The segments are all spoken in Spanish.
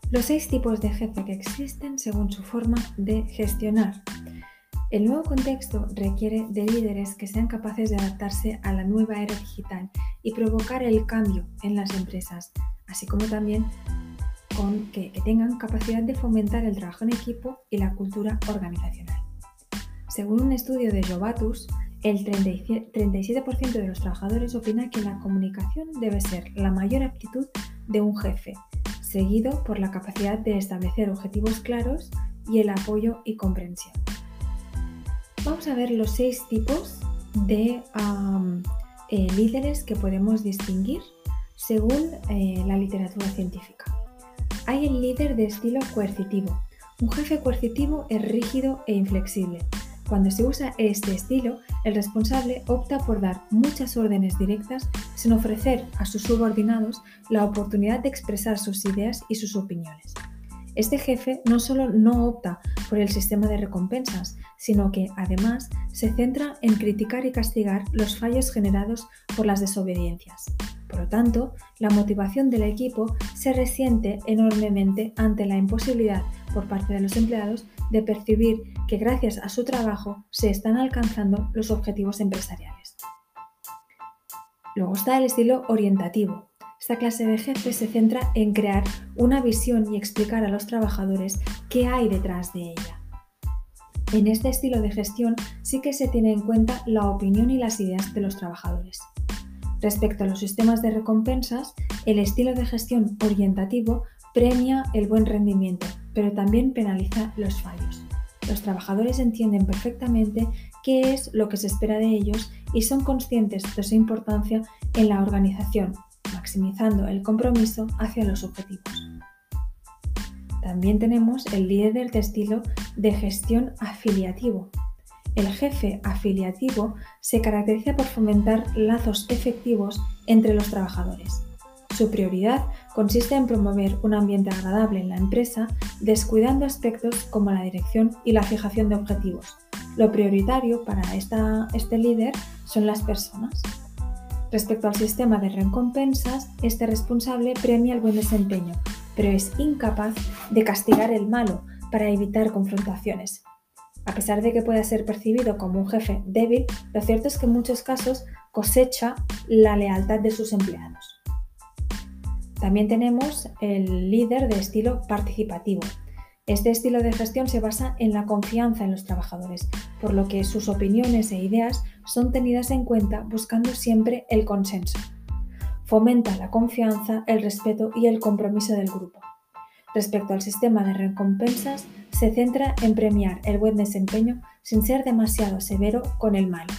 Los 6 tipos de jefe que existen según su forma de gestionar. El nuevo contexto requiere de líderes que sean capaces de adaptarse a la nueva era digital y provocar el cambio en las empresas, así como también que tengan capacidad de fomentar el trabajo en equipo y la cultura organizacional. Según un estudio de Jovatus, el 37% de los trabajadores opina que la comunicación debe ser la mayor aptitud de un jefe, seguido por la capacidad de establecer objetivos claros y el apoyo y comprensión. Vamos a ver los 6 tipos de líderes que podemos distinguir según la literatura científica. Hay el líder de estilo coercitivo. Un jefe coercitivo es rígido e inflexible. Cuando se usa este estilo, el responsable opta por dar muchas órdenes directas sin ofrecer a sus subordinados la oportunidad de expresar sus ideas y sus opiniones. Este jefe no solo no opta por el sistema de recompensas, sino que además se centra en criticar y castigar los fallos generados por las desobediencias. Por lo tanto, la motivación del equipo se resiente enormemente ante la imposibilidad por parte de los empleados de percibir que gracias a su trabajo se están alcanzando los objetivos empresariales. Luego está el estilo orientativo. Esta clase de jefe se centra en crear una visión y explicar a los trabajadores qué hay detrás de ella. En este estilo de gestión sí que se tiene en cuenta la opinión y las ideas de los trabajadores. Respecto a los sistemas de recompensas, el estilo de gestión orientativo premia el buen rendimiento, pero también penaliza los fallos. Los trabajadores entienden perfectamente qué es lo que se espera de ellos y son conscientes de su importancia en la organización, maximizando el compromiso hacia los objetivos. También tenemos el líder de estilo de gestión afiliativo. El jefe afiliativo se caracteriza por fomentar lazos efectivos entre los trabajadores. Su prioridad consiste en promover un ambiente agradable en la empresa, descuidando aspectos como la dirección y la fijación de objetivos. Lo prioritario para este líder son las personas. Respecto al sistema de recompensas, este responsable premia el buen desempeño, pero es incapaz de castigar el malo para evitar confrontaciones. A pesar de que pueda ser percibido como un jefe débil, lo cierto es que en muchos casos cosecha la lealtad de sus empleados. También tenemos el líder de estilo participativo. Este estilo de gestión se basa en la confianza en los trabajadores, por lo que sus opiniones e ideas son tenidas en cuenta buscando siempre el consenso. Fomenta la confianza, el respeto y el compromiso del grupo. Respecto al sistema de recompensas, se centra en premiar el buen desempeño sin ser demasiado severo con el malo.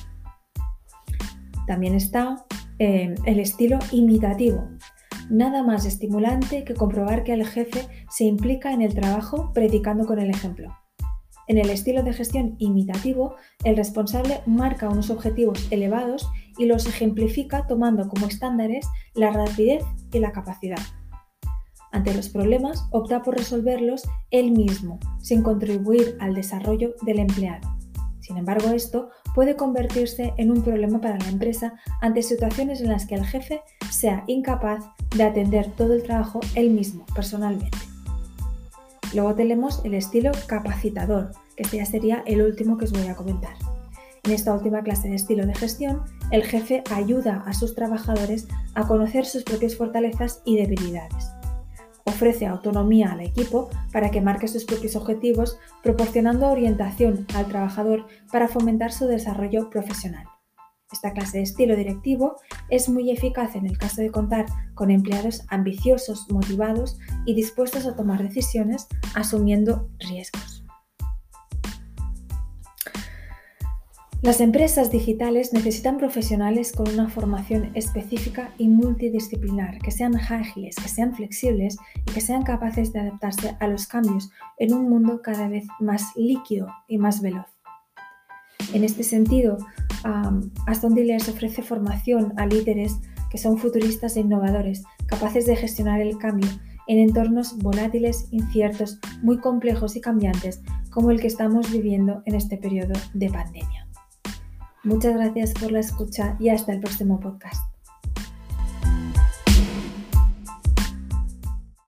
También está el estilo imitativo. Nada más estimulante que comprobar que el jefe se implica en el trabajo predicando con el ejemplo. En el estilo de gestión imitativo, el responsable marca unos objetivos elevados y los ejemplifica tomando como estándares la rapidez y la capacidad. Ante los problemas, opta por resolverlos él mismo, sin contribuir al desarrollo del empleado. Sin embargo, esto puede convertirse en un problema para la empresa ante situaciones en las que el jefe sea incapaz de atender todo el trabajo él mismo, personalmente. Luego tenemos el estilo capacitador, que este ya sería el último que os voy a comentar. En esta última clase de estilo de gestión, el jefe ayuda a sus trabajadores a conocer sus propias fortalezas y debilidades. Ofrece autonomía al equipo para que marque sus propios objetivos, proporcionando orientación al trabajador para fomentar su desarrollo profesional. Esta clase de estilo directivo es muy eficaz en el caso de contar con empleados ambiciosos, motivados y dispuestos a tomar decisiones asumiendo riesgos. Las empresas digitales necesitan profesionales con una formación específica y multidisciplinar, que sean ágiles, que sean flexibles y que sean capaces de adaptarse a los cambios en un mundo cada vez más líquido y más veloz. En este sentido, Aston Dealers ofrece formación a líderes que son futuristas e innovadores, capaces de gestionar el cambio en entornos volátiles, inciertos, muy complejos y cambiantes, como el que estamos viviendo en este periodo de pandemia. Muchas gracias por la escucha y hasta el próximo podcast.